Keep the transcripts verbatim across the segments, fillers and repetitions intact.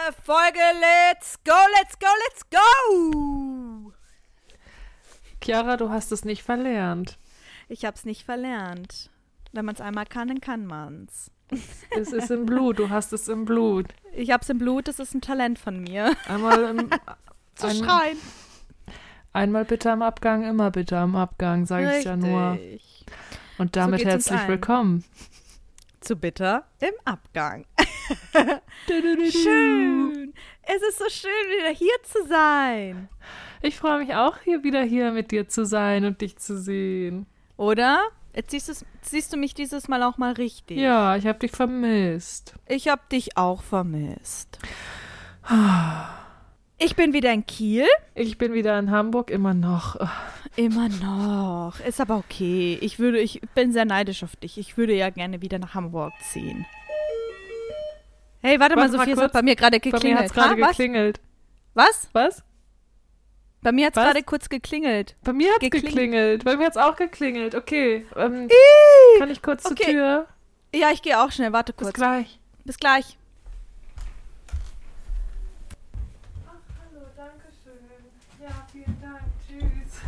Folge. Let's go, let's go, let's go! Chiara, du hast es nicht verlernt. Ich hab's nicht verlernt. Wenn man's einmal kann, dann kann man's. Es ist im Blut, du hast es im Blut. Ich hab's im Blut, das ist ein Talent von mir. Einmal im, Zu ein, schreien. Einmal bitter am Abgang, immer bitter am Abgang, sage ich ja nur. Und damit So geht's uns herzlich allen. willkommen. Zu bitter im Abgang. Du, du, du, Schön. Es ist so schön, wieder hier zu sein. Ich freue mich auch, hier wieder hier mit dir zu sein und dich zu sehen. Oder? Jetzt siehst, du's- siehst du mich dieses Mal auch mal richtig. Ja, ich habe dich vermisst. Ich hab dich auch vermisst. Ich bin wieder in Kiel. Ich bin wieder in Hamburg, immer noch. Immer noch. Ist aber okay. Ich würde, ich bin sehr neidisch auf dich. Ich würde ja gerne wieder nach Hamburg ziehen. Hey, warte mal, Warte mal Sophie, es kurz. hat bei mir gerade Bei mir geklingelt. hat es gerade Ha, was? geklingelt. Was? Was? Bei mir hat es Was? gerade kurz geklingelt. Bei mir hat es Geklingelt. geklingelt. Bei mir hat es auch geklingelt. Okay. Ähm, Ih. kann ich kurz Okay. zur Tür? Ja, ich gehe auch schnell. Warte Bis kurz. gleich. Bis gleich. Ach, hallo, danke schön. Ja, vielen Dank. Tschüss.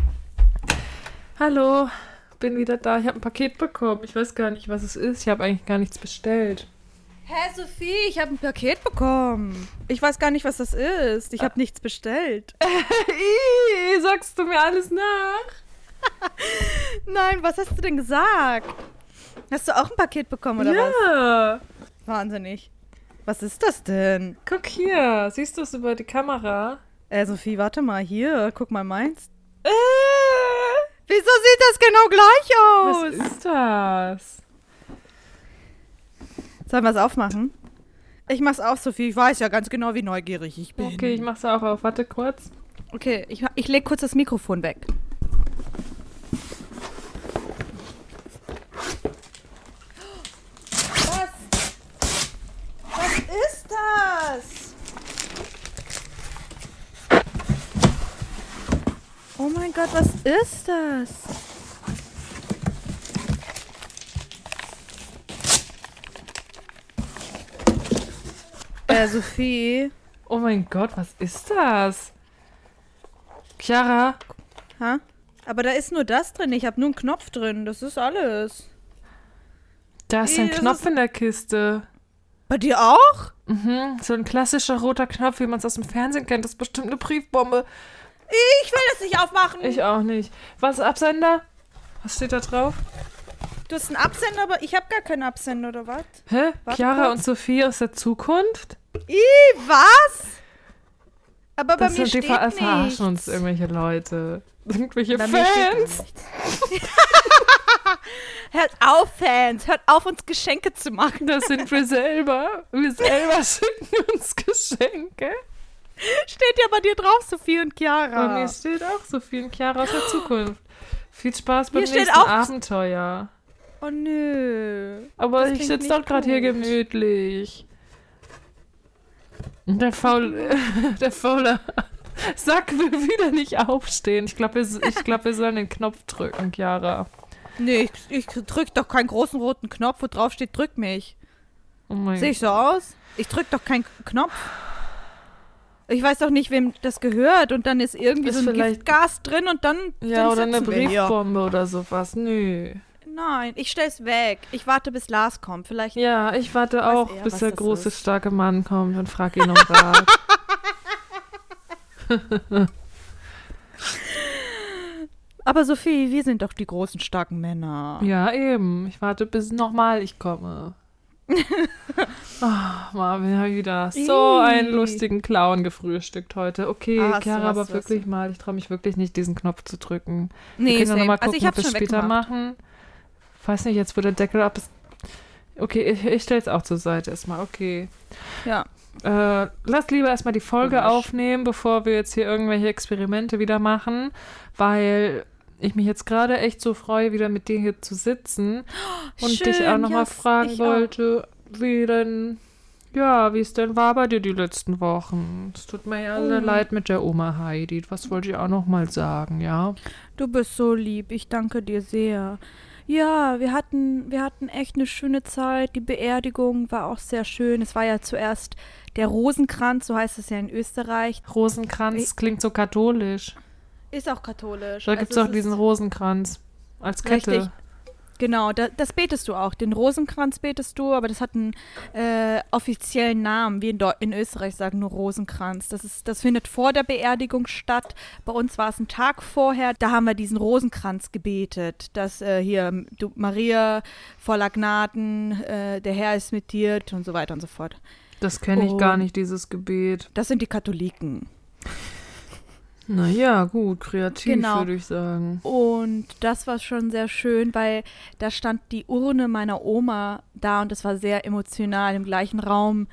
Hallo, bin wieder da. Ich habe ein Paket bekommen. Ich weiß gar nicht, was es ist. Ich habe eigentlich gar nichts bestellt. Hä, Sophie, ich habe ein Paket bekommen. Ich weiß gar nicht, was das ist. Ich habe nichts bestellt. Ih, sagst du mir alles nach? Nein, was hast du denn gesagt? Hast du auch ein Paket bekommen, oder was? Ja. Wahnsinnig. Was ist das denn? Guck hier. Siehst du es über die Kamera? Äh, Sophie, warte mal, hier, guck mal meins. Äh, Wieso sieht das genau gleich was aus? ist das? Sollen wir es aufmachen? Ich mach's auf, Sophie. Ich weiß ja ganz genau, wie neugierig ich bin. Okay, ich mach's auch auf. Warte kurz. Okay, ich, ich leg kurz das Mikrofon weg. Was? Was ist das? Oh mein Gott, was ist das? Äh, Sophie. Oh mein Gott, was ist das? Chiara, Ha? Aber da ist nur das drin. Ich habe nur einen Knopf drin. Das ist alles. da ist Ih, ein das Knopf ist- in der Kiste. Bei dir auch? Mhm, so ein klassischer roter Knopf, wie man es aus dem Fernsehen kennt. Das ist bestimmt eine Briefbombe. Ich will das nicht aufmachen. Ich auch nicht. Was, Absender? Was steht da drauf? Du hast einen Absender, aber ich habe gar keinen Absender, oder was? Hä? Warte Chiara kurz. und Sophie aus der Zukunft? Ih, was? Aber bei Das mir sind die steht ver nichts. verarschen uns irgendwelche Leute. Irgendwelche Bei mir steht gar Fans. nichts. Hört auf, Fans. Hört auf, uns Geschenke zu machen. Das sind wir selber. Wir selber schicken uns Geschenke. Steht ja bei dir drauf, Sophie und Chiara. Bei mir steht auch Sophie und Chiara aus der Zukunft. Viel Spaß beim Hier steht nächsten auch- Abenteuer. Oh, nö. Aber Das ich klingt sitze nicht doch gerade hier gut. gemütlich. Und der faul, der faule Sack will wieder nicht aufstehen. Ich glaube, wir, ich glaub, wir sollen den Knopf drücken, Chiara. Nee, ich, ich drück doch keinen großen roten Knopf, wo drauf steht, drück mich. Oh mein Sehe ich so aus? Ich drück doch keinen Knopf. Ich weiß doch nicht, wem das gehört. Und dann ist irgendwie Ist so ein vielleicht- Giftgas drin und dann, Ja, dann oder eine sitzen wir hier. Briefbombe oder sowas. Nö. Nein, ich stell's weg. Ich warte, bis Lars kommt. Vielleicht. Ja, ich warte Weiß auch, er, bis was der das große, ist. starke Mann kommt und frag ihn um Rat. Aber Sophie, wir sind doch die großen, starken Männer. Ja, eben. Ich warte, bis nochmal ich komme. Oh, Marvin, hab ich wieder so Ih. einen lustigen Clown gefrühstückt heute. Okay, Ah, hast du, Chiara, hast aber du, hast wirklich mal, ich traue mich wirklich nicht, diesen Knopf zu drücken. Wir Nee, können ja same. nochmal gucken, Also ich ob hab's wir es schon später weggemacht. machen. Weiß nicht, jetzt wo der Deckel ab ist. Okay, ich, ich stelle es auch zur Seite erstmal. Okay. Ja. Äh, lass lieber erstmal die Folge Komisch. aufnehmen, bevor wir jetzt hier irgendwelche Experimente wieder machen, weil ich mich jetzt gerade echt so freue, wieder mit dir hier zu sitzen und Schön, dich auch nochmal ja, fragen ich auch. wollte, wie denn, ja, wie es denn war bei dir die letzten Wochen. Es tut mir ja sehr Oh. leid mit der Oma Heidi. Was wollte ich auch nochmal sagen, ja? Du bist so lieb. Ich danke dir sehr. Ja, wir hatten, wir hatten echt eine schöne Zeit. Die Beerdigung war auch sehr schön. Es war ja zuerst der Rosenkranz, so heißt es ja in Österreich. Rosenkranz klingt so katholisch. Ist auch katholisch. Da gibt es also auch diesen Rosenkranz als Kette. Richtig. Genau, da, das betest du auch. Den Rosenkranz betest du, aber das hat einen äh, offiziellen Namen. Wir in, Deu- in Österreich sagen nur Rosenkranz. Das, ist, das findet vor der Beerdigung statt. Bei uns war es ein Tag vorher. Da haben wir diesen Rosenkranz gebetet. Dass äh, hier, du Maria, voller Gnaden, äh, der Herr ist mit dir und so weiter und so fort. Das kenne ich gar nicht, dieses Gebet. Das sind die Katholiken. Naja, gut, kreativ, Genau. würde ich sagen. Und das war schon sehr schön, weil da stand die Urne meiner Oma da und es war sehr emotional, im gleichen Raum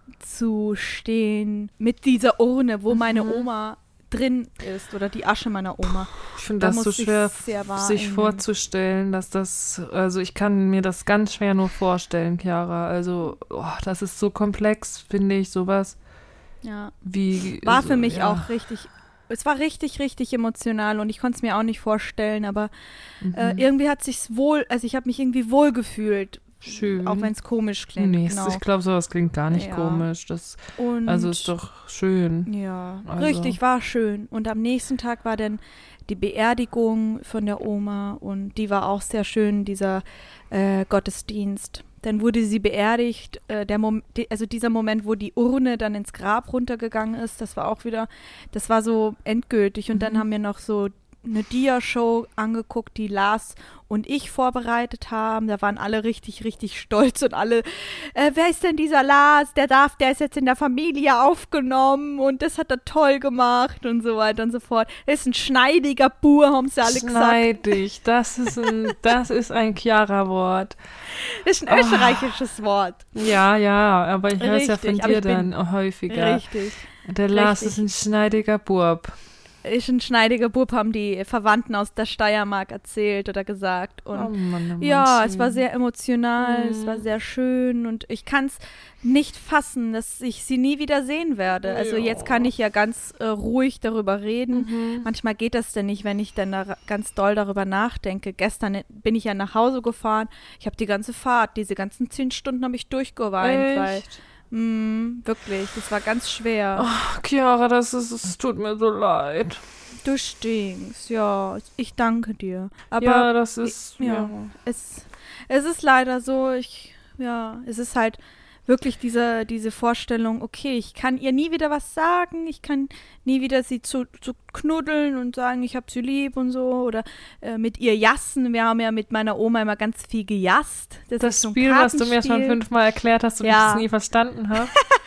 zu stehen mit dieser Urne, wo meine Oma drin ist oder die Asche meiner Oma. Ich finde Da das so musste ich schwer, sehr wahr sich nehmen. vorzustellen, dass das, also ich kann mir das ganz schwer nur vorstellen, Chiara. Also, oh, das ist so komplex, finde ich, sowas Ja. wie. War so, für mich ja. auch richtig, es war richtig, richtig emotional und ich konnte es mir auch nicht vorstellen, aber Mhm. äh, irgendwie hat sich's wohl, also ich habe mich irgendwie wohl gefühlt, Schön. auch wenn es komisch klingt. Nee, genau. ich glaube, sowas klingt gar nicht Ja. komisch. Das, Und also ist doch schön. ja, Also- richtig, war schön. Und am nächsten Tag war dann die Beerdigung von der Oma und die war auch sehr schön, dieser äh, Gottesdienst. Dann wurde sie beerdigt, äh, der Mom die, also dieser Moment, wo die Urne dann ins Grab runtergegangen ist, das war auch wieder, das war so endgültig. Und dann Mhm. haben wir noch so eine Dia-Show angeguckt, die Lars und ich vorbereitet haben. Da waren alle richtig, richtig stolz und alle, äh, wer ist denn dieser Lars? Der darf, der ist jetzt in der Familie aufgenommen und das hat er toll gemacht und so weiter und so fort. Er ist ein schneidiger Bur, haben sie alle gesagt. Schneidig, das ist ein, das ist ein Chiara-Wort. Das ist ein österreichisches Wort. Ja, ja, aber ich höre es ja von Richtig, aber dir ich bin- dann häufiger. Richtig. Der Lars richtig. ist ein schneidiger Bub. Ist ein schneidiger Bub, haben die Verwandten aus der Steiermark erzählt oder gesagt. Und Oh Mann, oh Mann, ja, es schön. war sehr emotional, es Mhm. war sehr schön und ich kann es nicht fassen, dass ich sie nie wieder sehen werde. Also Ja. jetzt kann ich ja ganz äh, ruhig darüber reden. Mhm. Manchmal geht das denn nicht, wenn ich dann da ganz doll darüber nachdenke. Gestern bin ich ja nach Hause gefahren. Ich habe die ganze Fahrt, diese ganzen zehn Stunden habe ich durchgeweint, weil Echt? mh, wirklich, das war ganz schwer. Ach, Chiara, das ist, es tut mir so leid. Du stinkst, ja. Ich danke dir. Aber ja, das ist, ja. ja. es, es ist leider so, ich, ja, es ist halt wirklich diese, diese Vorstellung, okay, ich kann ihr nie wieder was sagen, ich kann nie wieder sie zu, zu knuddeln und sagen, ich hab sie lieb und so, oder äh, mit ihr jassen. Wir haben ja mit meiner Oma immer ganz viel gejasst. Das, Das ist so ein Spiel, was du mir schon Kartenspiel. fünfmal erklärt hast und Ja. ich es nie verstanden habe.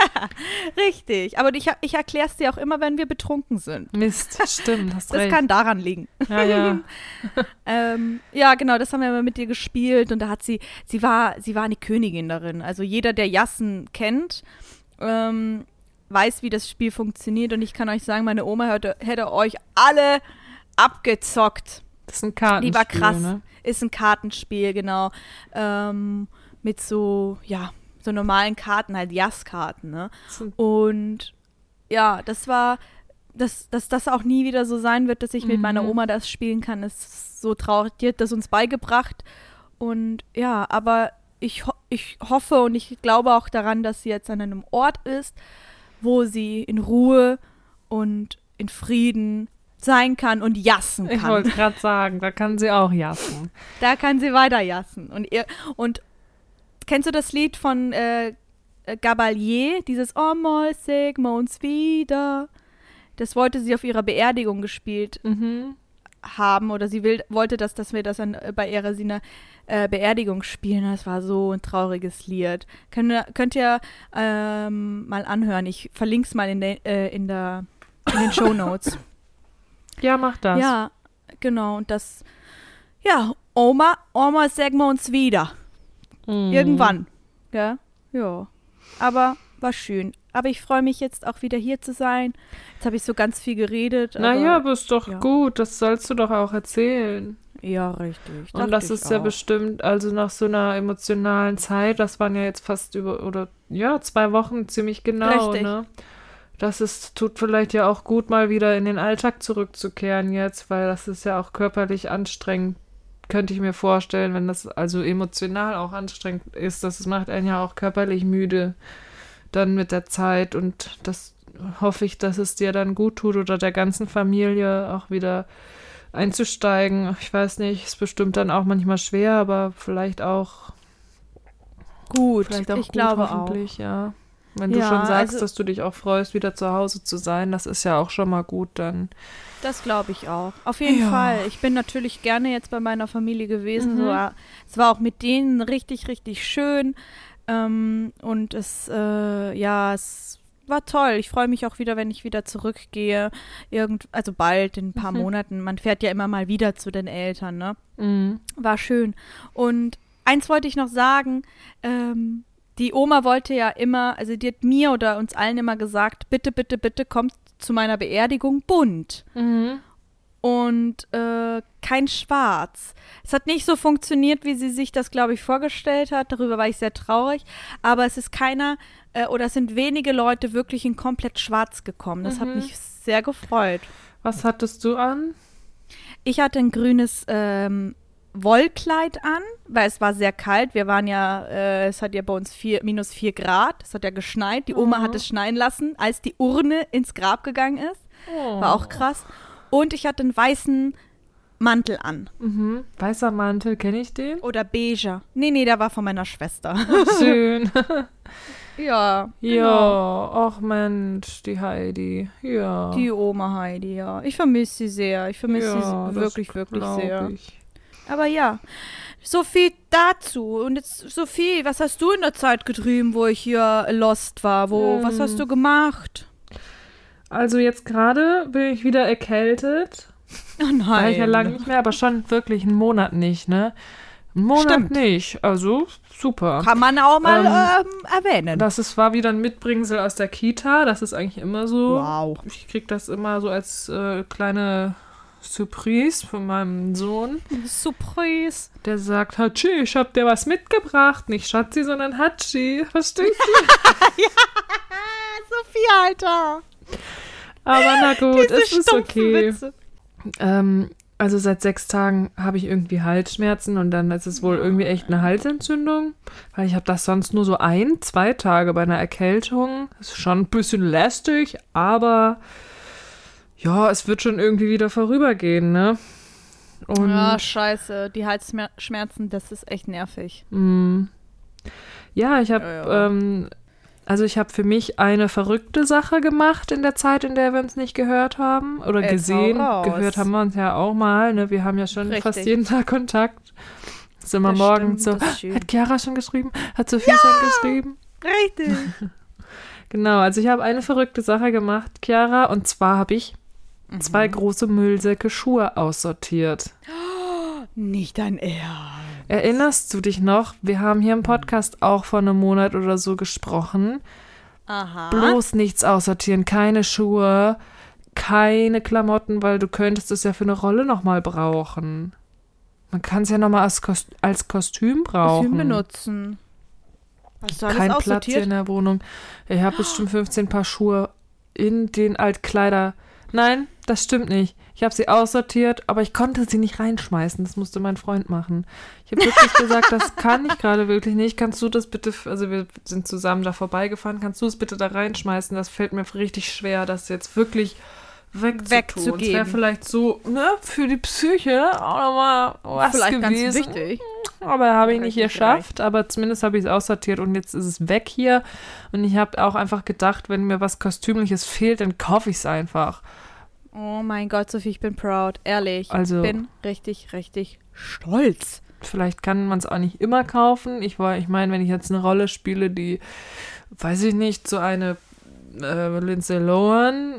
Richtig, aber ich, ich erkläre es dir auch immer, wenn wir betrunken sind. Mist, stimmt, hast Das recht. kann daran liegen. ja, ja. Ähm, ja, genau, das haben wir immer mit ihr gespielt und da hat sie, sie war, sie war eine Königin darin. Also jeder, der Jassen kennt, ähm, weiß, wie das Spiel funktioniert und ich kann euch sagen, meine Oma hätte, hätte euch alle abgezockt. Das ist ein Kartenspiel, Die war krass. ne? Ist ein Kartenspiel, genau. Ähm, mit so, ja, so normalen Karten, halt Jasskarten, ne? Das sind- Und ja, das war, dass, dass das auch nie wieder so sein wird, dass ich mit Mhm. meiner Oma das spielen kann, ist so traurig. Die hat das uns beigebracht. Und ja, aber ich, ho ich hoffe und ich glaube auch daran, dass sie jetzt an einem Ort ist, wo sie in Ruhe und in Frieden sein kann und jassen Ich kann. wollte gerade sagen, da kann sie auch jassen. Da kann sie weiter jassen. Und, ihr, und kennst du das Lied von äh, äh, Gabalier? Dieses Oh, mal sehen wir uns wieder. Das wollte sie auf ihrer Beerdigung gespielt Mhm. haben. Oder sie will, wollte, dass, dass wir das an, äh, bei ihrer Sina, äh, Beerdigung spielen. Das war so ein trauriges Lied. Könnt ihr, könnt ihr ähm, mal anhören. Ich verlinke es mal in, de, äh, in, der, in den Shownotes. Ja, mach das. Ja, genau. Und das, ja, Oma, Oma, sagen wir uns wieder. Mhm. Irgendwann. Ja, ja. Aber war schön. Aber ich freue mich jetzt auch wieder hier zu sein. Jetzt habe ich so ganz viel geredet. Aber, Naja, aber ist doch ja. gut, das sollst du doch auch erzählen. Ja, richtig. Und das ist ja bestimmt, also nach so einer emotionalen Zeit, das waren ja jetzt fast über, oder ja, zwei Wochen ziemlich genau, Richtig. ne? Das ist, tut vielleicht ja auch gut, mal wieder in den Alltag zurückzukehren jetzt, weil das ist ja auch körperlich anstrengend, könnte ich mir vorstellen, wenn das also emotional auch anstrengend ist, das macht einen ja auch körperlich müde, dann mit der Zeit und das hoffe ich, dass es dir dann gut tut oder der ganzen Familie auch wieder einzusteigen. Ich weiß nicht, ist bestimmt dann auch manchmal schwer, aber vielleicht auch Gut, vielleicht auch ich gut, glaube hoffentlich, auch. ja. Wenn du Ja, schon sagst, also- dass du dich auch freust, wieder zu Hause zu sein, das ist ja auch schon mal gut dann. Das glaube ich auch. Auf jeden Ja. Fall. Ich bin natürlich gerne jetzt bei meiner Familie gewesen. Mhm. So, äh, es war auch mit denen richtig, richtig schön. Ähm, und es, äh, ja, es war toll. Ich freue mich auch wieder, wenn ich wieder zurückgehe. Irgend, also bald, in ein paar Mhm. Monaten. Man fährt ja immer mal wieder zu den Eltern, ne? Mhm. War schön. Und eins wollte ich noch sagen, ähm, die Oma wollte ja immer, also die hat mir oder uns allen immer gesagt, bitte, bitte, bitte kommt zu meiner Beerdigung bunt Mhm. und äh, kein Schwarz. Es hat nicht so funktioniert, wie sie sich das, glaube ich, vorgestellt hat. Darüber war ich sehr traurig. Aber es ist keiner äh, oder es sind wenige Leute wirklich in komplett Schwarz gekommen. Das hat Mhm. mich sehr gefreut. Was hattest du an? Ich hatte ein grünes ähm, Wollkleid an, weil es war sehr kalt. Wir waren ja, äh, es hat ja bei uns vier, minus vier Grad. Es hat ja geschneit. Die Oma Mhm. hat es schneien lassen, als die Urne ins Grab gegangen ist. Oh. War auch krass. Und ich hatte einen weißen Mantel an. Mhm. Weißer Mantel, kenne ich den? Oder beiger. Nee, nee, der war von meiner Schwester. Schön. Ja, genau. Ja, ach Mensch, die Heidi. Ja. Die Oma Heidi, ja. Ich vermisse sie sehr. Ich vermisse ja, sie das wirklich, wirklich glaub sehr. Ich. Aber ja, so viel dazu. Und jetzt, Sophie, was hast du in der Zeit getrieben, wo ich hier lost war? Wo, Hm. was hast du gemacht? Also jetzt gerade bin ich wieder erkältet. Oh nein. War ich ja lange nicht mehr, aber schon wirklich einen Monat nicht, ne? Einen Monat Stimmt. nicht. Also super. Kann man auch mal Ähm, ähm, erwähnen. Das ist, war wieder ein Mitbringsel aus der Kita. Das ist eigentlich immer so. Wow. Ich krieg das immer so als äh, kleine Surprise von meinem Sohn. Surprise. Der sagt, Hatschi, ich hab dir was mitgebracht. Nicht Schatzi, sondern Hatschi. Verstehst du? Sophie, Alter. Aber na gut, Diese es ist stumpfen okay. Witze. Ähm, also seit sechs Tagen habe ich irgendwie Halsschmerzen und dann ist es wohl irgendwie echt eine Halsentzündung, weil ich habe das sonst nur so ein, zwei Tage bei einer Erkältung. Das ist schon ein bisschen lästig, aber ja, es wird schon irgendwie wieder vorübergehen, ne? Und Ja, scheiße. Die Halsschmerzen, das ist echt nervig. mh, ja, ich habe Ja, ja. ähm, also ich habe für mich eine verrückte Sache gemacht in der Zeit, in der wir uns nicht gehört haben oder Jetzt gesehen. hau raus. Gehört haben wir uns ja auch mal, ne? Wir haben ja schon Richtig. fast jeden Tag Kontakt. Sind wir Das morgens stimmt, so, das ist schön. hat Chiara schon geschrieben? Hat Sophie schon geschrieben? Richtig. Genau, also ich habe eine verrückte Sache gemacht, Chiara, und zwar habe ich Mhm. zwei große Müllsäcke Schuhe aussortiert. Nicht dein Ernst. Erinnerst du dich noch? Wir haben hier im Podcast auch vor einem Monat oder so gesprochen. Aha. Bloß nichts aussortieren, keine Schuhe, keine Klamotten, weil du könntest es ja für eine Rolle nochmal brauchen. Man kann es ja nochmal als, Kost als Kostüm brauchen. Kostüm benutzen. Hast du alles Kein Platz aussortiert? hier in der Wohnung. Ich habe bestimmt fünfzehn Paar Schuhe in den Altkleider. Nein, das stimmt nicht. Ich habe sie aussortiert, aber ich konnte sie nicht reinschmeißen. Das musste mein Freund machen. Ich habe wirklich gesagt, das kann ich gerade wirklich nicht. Kannst du das bitte, also wir sind zusammen da vorbeigefahren, kannst du es bitte da reinschmeißen? Das fällt mir richtig schwer, das jetzt wirklich wegzutun. Wegzugeben. Es wäre vielleicht so, ne, für die Psyche auch nochmal was Vielleicht gewesen. ganz wichtig. Aber habe ich nicht Richtig geschafft. Aber zumindest habe ich es aussortiert und jetzt ist es weg hier. Und ich habe auch einfach gedacht, wenn mir was Kostümliches fehlt, dann kaufe ich es einfach. Oh mein Gott, Sophie, ich bin proud. Ehrlich. Also- Ich bin richtig, richtig stolz. Vielleicht kann man es auch nicht immer kaufen. Ich war, ich meine, wenn ich jetzt eine Rolle spiele, die, weiß ich nicht, so eine äh, Lindsay Lohan,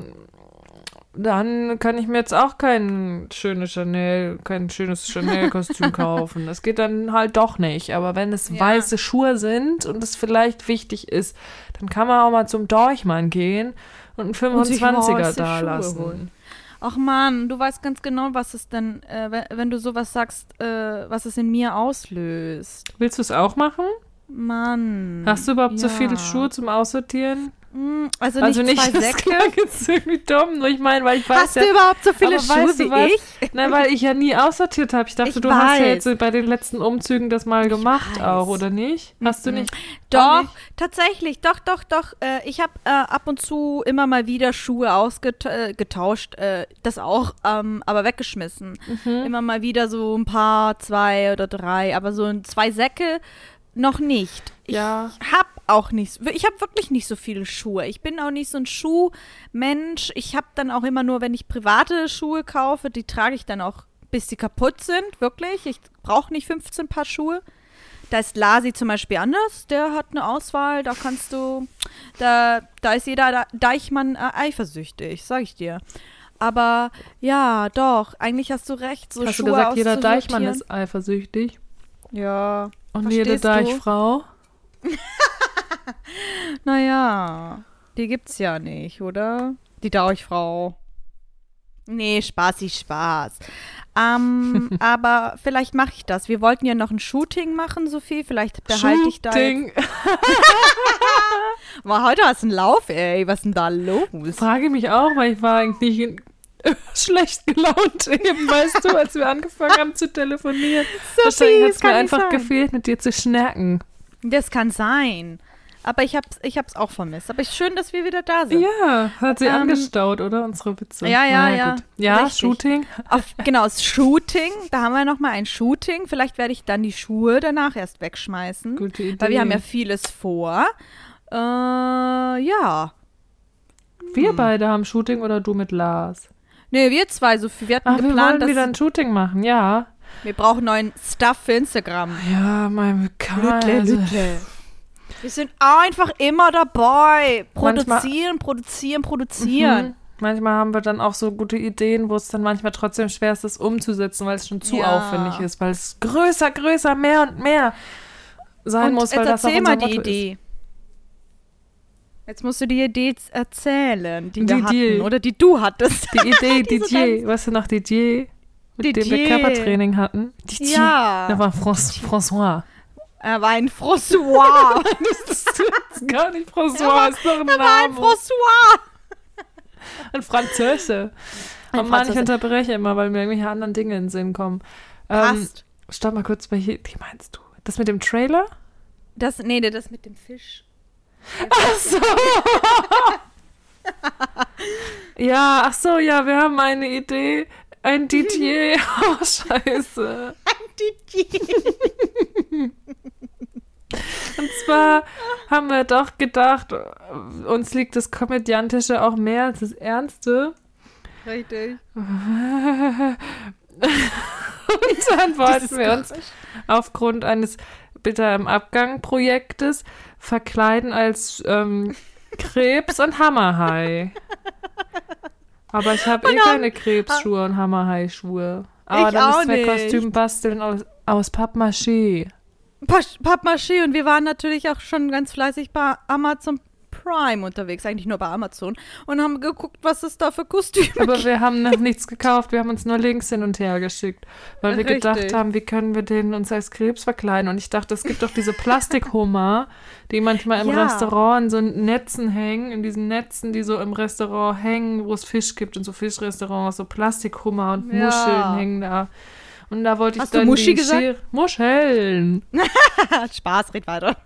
dann kann ich mir jetzt auch kein schönes Chanel, kein schönes Chanel-Kostüm kaufen. Das geht dann halt doch nicht. Aber wenn es Ja. weiße Schuhe sind und es vielleicht wichtig ist, dann kann man auch mal zum Dorchmann gehen und einen fünfundzwanziger weiße da Schuhe lassen. holen. Ach Mann, du weißt ganz genau, was es denn, äh, wenn, wenn du sowas sagst, äh, was es in mir auslöst. Willst du es auch machen? Mann. Hast du überhaupt so ja. viele Schuhe zum Aussortieren? Also nicht, Also nicht, zwei das Säcke. klang jetzt irgendwie dumm, nur ich meine, weil ich weiß Hast ja... du überhaupt so viele aber Schuhe weißt du wie was? ich? Nein, weil ich ja nie aussortiert habe. Ich dachte, Ich du hast ja weiß. jetzt so bei den letzten Umzügen das mal gemacht weiß. auch, oder nicht? Hast du Mhm. nicht? Auch Doch, nicht? tatsächlich, doch, doch, doch. Äh, ich habe äh, ab und zu immer mal wieder Schuhe ausgetauscht, äh, das auch, ähm, aber weggeschmissen. Mhm. Immer mal wieder so ein paar, zwei oder drei, aber so ein- zwei Säcke noch nicht. Ich Ja. hab auch nicht, ich habe wirklich nicht so viele Schuhe. Ich bin auch nicht so ein Schuhmensch. Ich habe dann auch immer nur, wenn ich private Schuhe kaufe, die trage ich dann auch, bis sie kaputt sind, wirklich. Ich brauche nicht fünfzehn Paar Schuhe. Da ist Lasi zum Beispiel anders. Der hat eine Auswahl, da kannst du, da, da ist jeder da, Deichmann äh, eifersüchtig, sag ich dir. Aber ja, doch, eigentlich hast du recht. So Hast Schuhe du gesagt, jeder auszusortieren. Deichmann ist eifersüchtig? Ja. Und jede verstehst du? Deichfrau? Naja, die gibt's ja nicht, oder? Die Deichfrau. Nee, Spaßi, Spaß. Ähm, aber vielleicht mache ich das. Wir wollten ja noch ein Shooting machen, Sophie. Vielleicht behalte ich da jetzt. Shooting. Boah, heute hast du einen Lauf, ey. Was ist denn da los? Frage mich auch, weil ich war eigentlich in, schlecht gelaunt eben, weißt du, als wir angefangen haben zu telefonieren. Wahrscheinlich hat das es mir kann nicht einfach sein. gefehlt, mit dir zu schnacken. Das kann sein. Aber ich hab's, ich hab's auch vermisst. Aber ist schön, dass wir wieder da sind. Ja, hat sie Ähm, angestaut, oder? Unsere Witze. ja, ja, Naja, ja. Gut. Ja, Richtig. Shooting. Auf, genau, das Shooting. Da haben wir nochmal ein Shooting. Vielleicht werde ich dann die Schuhe danach erst wegschmeißen. Gute Idee. Weil wir haben ja vieles vor. Äh, ja. Wir Hm. beide haben Shooting oder du mit Lars? Nee, wir zwei, Sophie. Wir hatten Ach, wir geplant, wollen dass wieder ein Shooting machen, ja. wir brauchen neuen Stuff für Instagram. Ja, mein Karl. Lütle, Also, Lütle. Wir sind einfach immer dabei. Manchmal- Produzieren, produzieren, produzieren. Mhm. Manchmal haben wir dann auch so gute Ideen, wo es dann manchmal trotzdem schwer ist, das umzusetzen, weil es schon zu Ja. aufwendig ist, weil es größer, größer, mehr und mehr sein Und muss, weil jetzt das auch erzähl unser mal die Motto Idee. Jetzt musst du die Idee z- erzählen, die, Die wir Idee. hatten. Oder die du hattest. ist. Die Idee, Die so Didier, weißt du noch, Didier, mit dem wir Didier. Körpertraining hatten? Didier. Ja. Da war Franz François. Er war ein François. Das ist jetzt gar nicht Er war- François, ist doch ein er war ein Name. François. Ein Französe. Ein Und Mann, ich Franzose. unterbreche immer, weil mir irgendwelche anderen Dinge in den Sinn kommen. Ähm, Passt. stopp mal kurz, welche, die meinst du? Das mit dem Trailer? Das, nee, nee, das mit dem Fisch. Ach so. Ja, ach so, ja, wir haben eine Idee. Ein Didier. Oh, scheiße. Und zwar haben wir doch gedacht, uns liegt das Komödiantische auch mehr als das Ernste. Richtig. Und dann wollten wir uns aufgrund eines Bitter im Abgang-Projektes verkleiden als ähm, Krebs und Hammerhai. Aber ich habe eh dann- keine Krebsschuhe und Hammerhai-Schuhe. Aber Ich dann auch müssen wir nicht. Kostüm basteln aus, aus Pappmaché. Pasch- Pappmaché und wir waren natürlich auch schon ganz fleißig bei Amazon Prime unterwegs, eigentlich nur bei Amazon und haben geguckt, was es da für Kostüme Aber gibt. wir haben noch nichts gekauft, wir haben uns nur Links hin und her geschickt, weil wir Richtig. gedacht haben, wie können wir den uns als Krebs verkleiden? Und ich dachte, es gibt doch diese Plastikhummer, die manchmal im Ja. Restaurant in so Netzen hängen, in diesen Netzen, die so im Restaurant hängen, wo es Fisch gibt, in so Fischrestaurants, so Plastikhummer und Ja. Muscheln hängen da. Und da wollte ich Hast du dann Muschi die gesagt? Schere- Muscheln. Spaß, red weiter.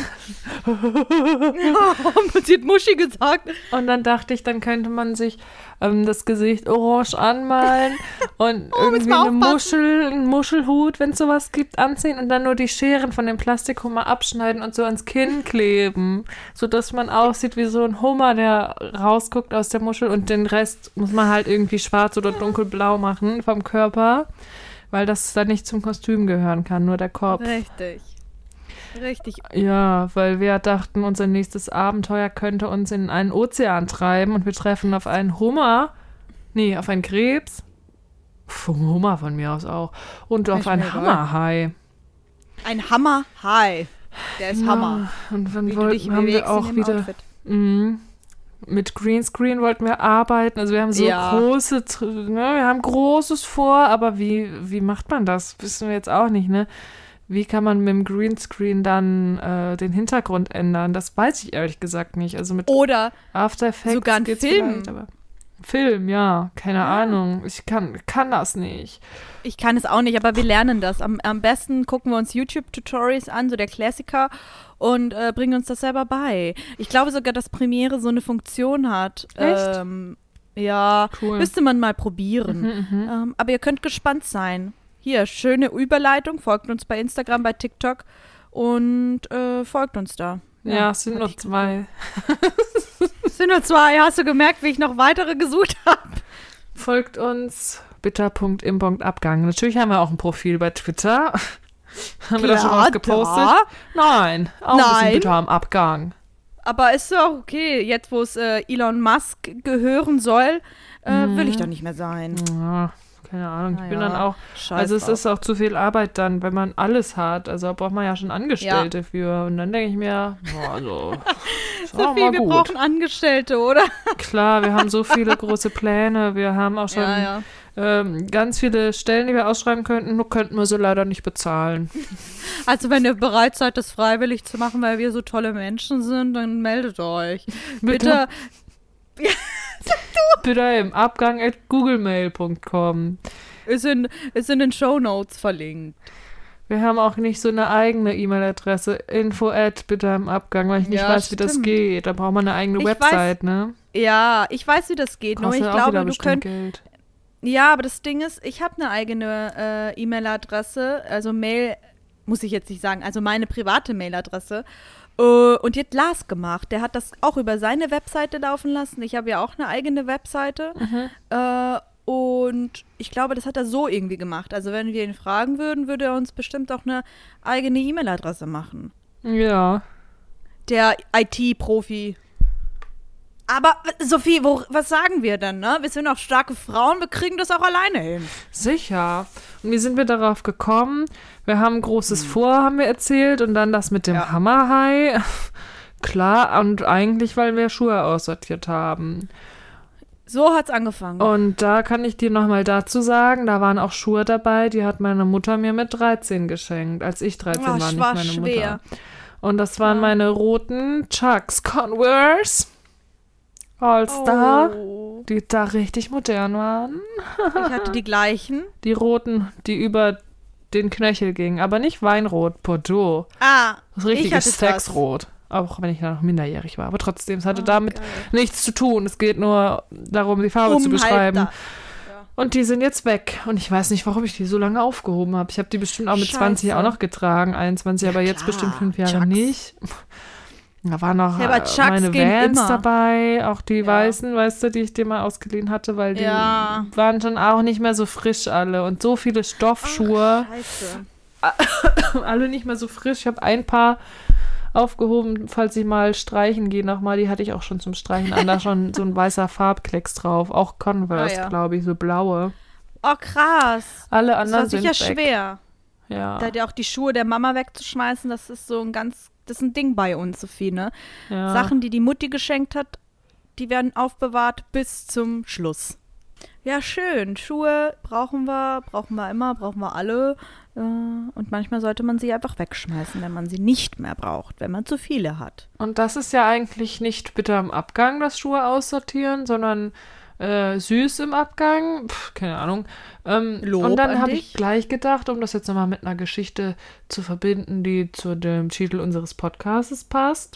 Und sie hat Muschi gesagt. Und dann dachte ich, dann könnte man sich ähm, das Gesicht orange anmalen und Oh, müssen irgendwie wir eine aufpassen. Muschel, einen Muschelhut, wenn es sowas gibt, anziehen und dann nur die Scheren von dem Plastikhummer abschneiden und so ans Kinn kleben, sodass man aussieht wie so ein Hummer, der rausguckt aus der Muschel und den Rest muss man halt irgendwie schwarz oder dunkelblau machen vom Körper, weil das dann nicht zum Kostüm gehören kann, nur der Kopf. Richtig. Richtig. Ja, weil wir dachten, unser nächstes Abenteuer könnte uns in einen Ozean treiben und wir treffen auf einen Hummer, nee, auf einen Krebs, vom Hummer von mir aus auch, und auf Ist mir einen egal. Hammerhai. Ein Hammer. Hi. Der ist Hammer. Ja, und dann Wie du dich wollten, haben bewegst wir auch in dem wieder Outfit. mh, mit Greenscreen wollten wir arbeiten. Also wir haben so Ja. große, tr- ne, wir haben Großes vor, aber wie, wie macht man das? Wissen wir jetzt auch nicht, ne? wie kann man mit dem Greenscreen dann äh, den Hintergrund ändern? Das weiß ich ehrlich gesagt nicht. Also mit Oder After Effects sogar ein geht's Film. vielleicht, aber Film, ja, keine Ja. Ahnung. Ich kann, kann das nicht. Ich kann es auch nicht, aber wir lernen das. Am, am besten gucken wir uns YouTube-Tutorials an, so der Klassiker, und äh, bringen uns das selber bei. Ich glaube sogar, dass Premiere so eine Funktion hat. Echt? Ähm, ja, Cool. müsste man mal probieren. Mhm, mhm. Ähm, aber ihr könnt gespannt sein. Hier, schöne Überleitung. Folgt uns bei Instagram, bei TikTok und äh, folgt uns da. Ja, es sind hab nur ich zwei. Es sind nur zwei. Hast du gemerkt, wie ich noch weitere gesucht habe? Folgt uns bitter.im.abgang. Natürlich haben wir auch ein Profil bei Twitter. Haben wir da schon Klar, was gepostet? da. Nein, auch ein bisschen Nein. bitter am Abgang. Aber ist doch okay. Jetzt, wo es äh, Elon Musk gehören soll, äh, Mhm. will ich doch nicht mehr sein. Ja, keine Ahnung. Ich bin Naja, dann auch, Scheiß also es drauf. ist auch zu viel Arbeit dann, wenn man alles hat. Also da braucht man ja schon Angestellte für. Und dann denke ich mir, boah, also, ist auch Sophie, mal wir gut. brauchen Angestellte, oder? Klar, wir haben so viele große Pläne. Wir haben auch schon Ja, ja. Ähm, ganz viele Stellen, die wir ausschreiben könnten, nur könnten wir sie leider nicht bezahlen. Also wenn ihr bereit seid, das freiwillig zu machen, weil wir so tolle Menschen sind, dann meldet euch. Bitte. Bitte im Abgang at googlemail punkt com. Ist in, ist in den Shownotes verlinkt. Wir haben auch nicht so eine eigene E-Mail-Adresse. Info at bitte im Abgang, weil ich nicht Ja, weiß, wie das stimmt. geht. Da braucht man eine eigene Ich Website, ne? Ja, ich weiß, wie das geht. Nur Kostet ich auch wieder glaube, du bestimmt könnt. Geld. Ja, aber das Ding ist, ich habe eine eigene äh, E-Mail-Adresse, also Mail, muss ich jetzt nicht sagen, also meine private Mailadresse. Äh, und die hat Lars gemacht. Der hat das auch über seine Webseite laufen lassen. Ich habe ja auch eine eigene Webseite. Äh, und ich glaube, das hat er so irgendwie gemacht. Also wenn wir ihn fragen würden, würde er uns bestimmt auch eine eigene E-Mail-Adresse machen. Ja. Der I T-Profi. Aber Sophie, wo, was sagen wir denn, ne? Wir sind auch starke Frauen, wir kriegen das auch alleine hin. Sicher. Und wie sind wir darauf gekommen? Wir haben Großes vor, haben wir erzählt. Und dann das mit dem Ja. Hammerhai. Klar, und eigentlich, weil wir Schuhe aussortiert haben. So hat's angefangen. Und da kann ich dir nochmal dazu sagen, da waren auch Schuhe dabei, die hat meine Mutter mir mit dreizehn geschenkt, als ich dreizehn Oh, war, es nicht war meine schwer. Mutter. Und das waren Ja. meine roten Chucks Converse All-Star, Oh. die da richtig modern waren. Ich hatte die gleichen. Die roten, die über den Knöchel gingen, aber nicht Weinrot, Bordeaux. Ah, Das ich richtige hatte das. Sexrot. Auch wenn ich da noch minderjährig war. Aber trotzdem, es hatte Oh, damit geil. nichts zu tun. Es geht nur darum, die Farbe Um zu halt beschreiben. da. Und die sind jetzt weg. Und ich weiß nicht, warum ich die so lange aufgehoben habe. Ich habe die bestimmt auch mit Scheiße. zwanzig auch noch getragen, einundzwanzig, Ja, aber jetzt klar. bestimmt fünf Jahre Chucks. nicht. Da waren noch Ja, aber äh, Chucks meine gehen Vans immer. dabei, auch die Ja. weißen, weißt du, die ich dir mal ausgeliehen hatte, weil die Ja. waren schon auch nicht mehr so frisch alle. Und so viele Stoffschuhe, Scheiße. alle nicht mehr so frisch. Ich habe ein paar aufgehoben, falls ich mal streichen gehe nochmal. Die hatte ich auch schon zum Streichen an. Da schon so ein weißer Farbklecks drauf. Auch Converse, Ah, ja. glaube ich, so blaue. Oh, krass. Alle Das anderen war sind sicher weg. schwer. Ja. Da dir auch die Schuhe der Mama wegzuschmeißen, das ist so ein ganz, das ist ein Ding bei uns, Sophie, ne? ja. Sachen, die die Mutti geschenkt hat, die werden aufbewahrt bis zum Schluss. Ja, schön. Schuhe brauchen wir, brauchen wir immer, brauchen wir alle. Äh, Und manchmal sollte man sie einfach wegschmeißen, wenn man sie nicht mehr braucht, wenn man zu viele hat. Und das ist ja eigentlich nicht bitter im Abgang, das Schuhe aussortieren, sondern äh, süß im Abgang. Pff, keine Ahnung. Ähm, Lob und dann an habe dich. ich gleich gedacht, um das jetzt nochmal mit einer Geschichte zu verbinden, die zu dem Titel unseres Podcasts passt.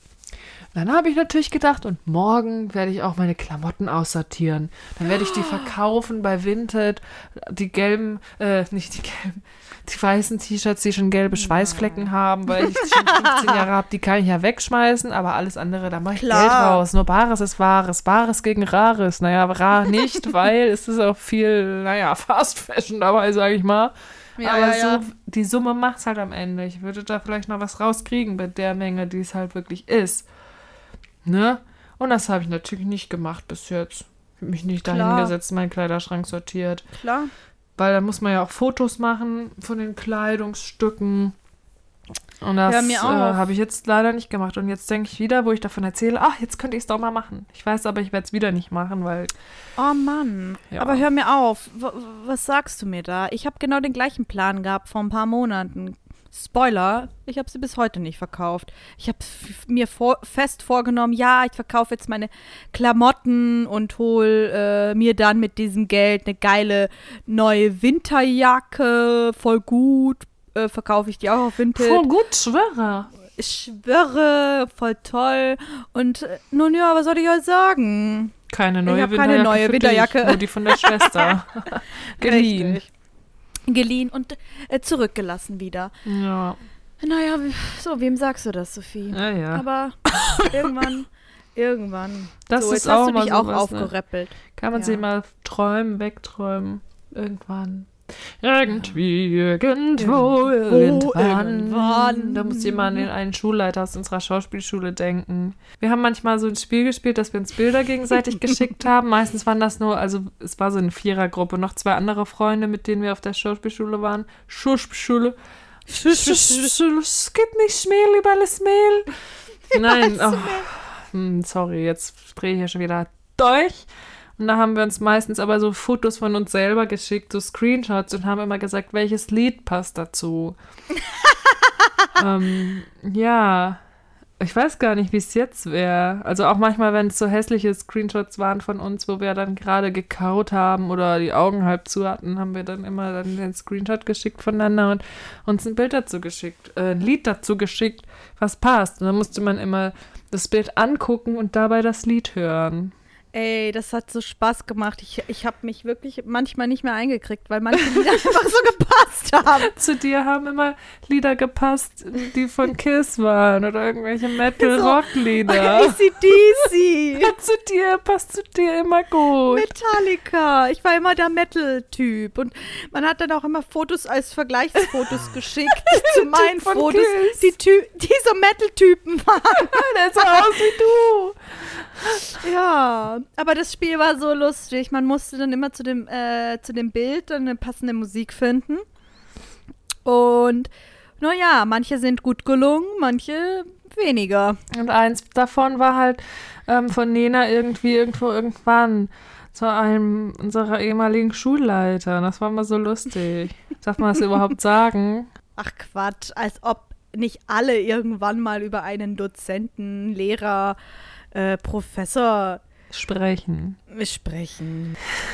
Dann habe ich natürlich gedacht, und morgen werde ich auch meine Klamotten aussortieren. Dann werde ich die verkaufen bei Vinted. Die gelben, äh, nicht die gelben, die weißen T-Shirts, die schon gelbe Schweißflecken haben, weil ich die schon fünfzehn Jahre habe, die kann ich ja wegschmeißen, aber alles andere, da mache ich Klar. Geld raus. Nur Bares ist Wahres, Wahres gegen Rares. Naja, rar nicht, weil es ist auch viel, naja, Fast Fashion dabei, sage ich mal. Ja, aber ja, ja. so, die Summe macht's halt am Ende. Ich würde da vielleicht noch was rauskriegen bei der Menge, die es halt wirklich ist. Ne? Und das habe ich natürlich nicht gemacht bis jetzt. Ich habe mich nicht dahin Klar. gesetzt, meinen Kleiderschrank sortiert. Klar. Weil da muss man ja auch Fotos machen von den Kleidungsstücken. Und das Hör mir äh, auf. habe ich jetzt leider nicht gemacht. Und jetzt denke ich wieder, wo ich davon erzähle, ach, jetzt könnte ich es doch mal machen. Ich weiß aber, ich werde es wieder nicht machen, weil Oh Mann. Ja. Aber hör mir auf. W was sagst du mir da? Ich habe genau den gleichen Plan gehabt vor ein paar Monaten. Spoiler, ich habe sie bis heute nicht verkauft. Ich habe f- mir vor, fest vorgenommen, ja, ich verkaufe jetzt meine Klamotten und hole äh, mir dann mit diesem Geld eine geile neue Winterjacke, voll gut, äh, verkaufe ich die auch auf Vinted. Voll gut, schwöre. Ich schwöre, voll toll. Und äh, nun ja, was soll ich euch sagen? Keine neue Ich hab Winterjacke keine neue für Winterjacke. Dich, nur die von der Schwester. Geliehen. Richtig. Geliehen und äh, zurückgelassen wieder. Ja. Naja, wie- so, wem sagst du das, Sophie? Ja, ja. Aber irgendwann, irgendwann. Das so, ist jetzt hast auch du mal dich auch sowas, ne? aufgeräppelt. Kann man Ja. sich mal träumen, wegträumen. Irgendwann. Irgendwie, irgendwo, Irgendwo, irgendwann. irgendwann. Da muss jemand an den einen Schulleiter aus unserer Schauspielschule denken. Wir haben manchmal so ein Spiel gespielt, dass wir uns Bilder gegenseitig geschickt haben. Meistens waren das nur, also es war so eine Vierergruppe, noch zwei andere Freunde, mit denen wir auf der Schauspielschule waren. Schauspielschule. Schauspielschule. Es gibt nicht Schmähl über das Mehl. Nein, oh, hm, sorry, jetzt drehe ich ja schon wieder durch. Und da haben wir uns meistens aber so Fotos von uns selber geschickt, so Screenshots und haben immer gesagt, welches Lied passt dazu. ähm, ja, ich weiß gar nicht, wie es jetzt wäre. Also auch manchmal, wenn es so hässliche Screenshots waren von uns, wo wir dann gerade gekaut haben oder die Augen halb zu hatten, haben wir dann immer dann den Screenshot geschickt voneinander und uns ein Bild dazu geschickt, äh, ein Lied dazu geschickt, was passt. Und dann musste man immer das Bild angucken und dabei das Lied hören. Ey, das hat so Spaß gemacht. Ich, ich habe mich wirklich manchmal nicht mehr eingekriegt, weil manche Lieder einfach so gepasst haben. Zu dir haben immer Lieder gepasst, die von Kiss waren oder irgendwelche Metal-Rock-Lieder. A C D C, Zu dir passt zu dir immer gut. Metallica. Ich war immer der Metal-Typ. Und man hat dann auch immer Fotos als Vergleichsfotos geschickt zu meinen von Fotos, Kiss. die, Ty die so Metal-Typen waren. Der sah aus wie du. Ja, aber das Spiel war so lustig. Man musste dann immer zu dem, äh, zu dem Bild dann eine passende Musik finden. Und naja, manche sind gut gelungen, manche weniger. Und eins davon war halt ähm, von Nena irgendwie irgendwo irgendwann zu einem unserer ehemaligen Schulleiter. Das war mal so lustig. Darf man das überhaupt sagen? Ach Quatsch, als ob nicht alle irgendwann mal über einen Dozenten, Lehrer, äh, Professor Sprechen. sprechen.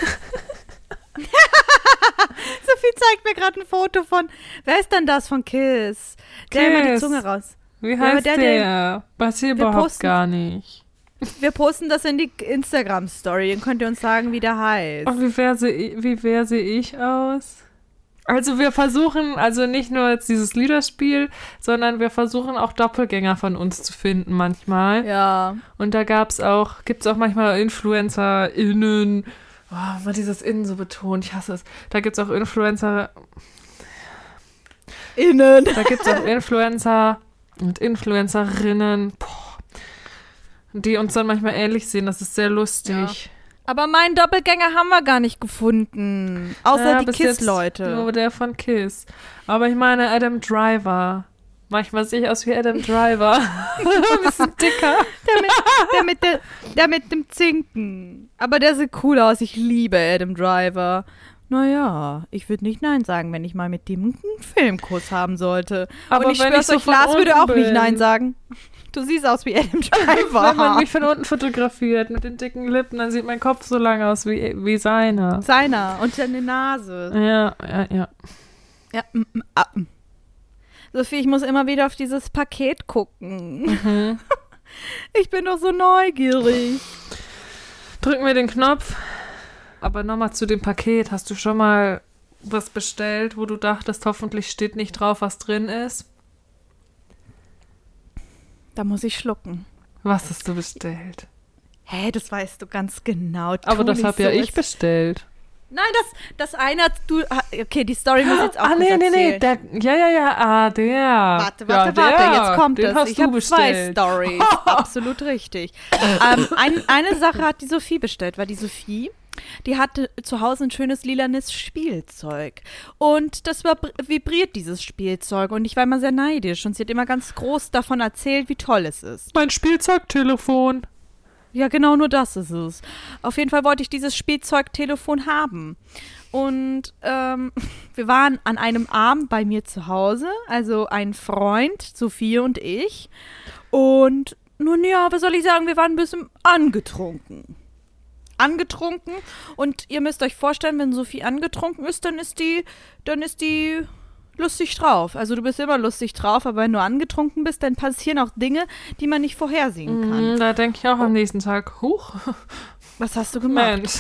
Sophie zeigt mir gerade ein Foto von, wer ist denn das von Kiss? Der immer die Kiss. Zunge raus. Wie Ja, aber heißt der, der? der- Weiß ich wir überhaupt posten- gar nicht. Wir posten das in die Instagram-Story. Dann könnt ihr uns sagen, wie der heißt. Und wie wer sehe wie wer seh ich aus? Also wir versuchen, also nicht nur jetzt dieses Liederspiel, sondern wir versuchen auch Doppelgänger von uns zu finden manchmal. Ja. Und da gab's auch, gibt's auch manchmal InfluencerInnen, oh, mal dieses Innen so betont, ich hasse es. Da gibt's auch Influencer, Innen. da gibt's auch Influencer und Influencerinnen, boah, die uns dann manchmal ähnlich sehen, das ist sehr lustig. Aber meinen Doppelgänger haben wir gar nicht gefunden. Außer Ja, die bis jetzt Kiss-Leute. Nur der von Kiss. Aber ich meine Adam Driver. Manchmal sehe ich aus wie Adam Driver. Ein bisschen dicker. Der mit, der, mit der, der mit dem Zinken. Aber der sieht cool aus. Ich liebe Adam Driver. Naja, ich würde nicht Nein sagen, wenn ich mal mit dem einen Filmkurs haben sollte. Aber Und ich wenn schwör's ich so euch, von Lars würde unten auch nicht bin. Nein sagen. Du siehst aus wie Adam Driver. Wenn man mich von unten fotografiert mit den dicken Lippen, dann sieht mein Kopf so lang aus wie, wie seiner. Seiner und seine Nase. Ja, ja, ja. Ja, mm, mm, ah, mm. Sophie, ich muss immer wieder auf dieses Paket gucken. Mhm. Ich bin doch so neugierig. Drück mir den Knopf. Aber nochmal zu dem Paket. Hast du schon mal was bestellt, wo du dachtest, hoffentlich steht nicht drauf, was drin ist? Da muss ich schlucken. Was hast du bestellt? Hä, das weißt du ganz genau. Tu Aber das nicht habe ja so, ich als- bestellt. Nein, das, das eine hat du. ha- Okay, die Story muss jetzt auch Ah, kurz nee, nee, nee. erzählen. Der, ja, ja, ja. Ah, der. Warte, warte, ja, warte, der, jetzt kommt den es. Hast Ich du habe zwei bestellt. Stories. Absolut richtig. ähm, ein, eine Sache hat die Sophie bestellt, weil die Sophie, die hatte zu Hause ein schönes lilanes Spielzeug. Und das war, vibriert, dieses Spielzeug. Und ich war immer sehr neidisch. Und sie hat immer ganz groß davon erzählt, wie toll es ist. Mein Spielzeugtelefon. Ja, genau, nur das ist es. Auf jeden Fall wollte ich dieses Spielzeugtelefon haben. Und ähm, wir waren an einem Abend bei mir zu Hause, also ein Freund, Sophie und ich. Und nun ja, was soll ich sagen, wir waren ein bisschen angetrunken. Angetrunken. Und ihr müsst euch vorstellen, wenn Sophie angetrunken ist, dann ist die, dann ist die lustig drauf. Also du bist immer lustig drauf, aber wenn du angetrunken bist, dann passieren auch Dinge, die man nicht vorhersehen kann. Mm, da denke ich auch am nächsten Tag, huch. Was hast du gemacht? Mensch.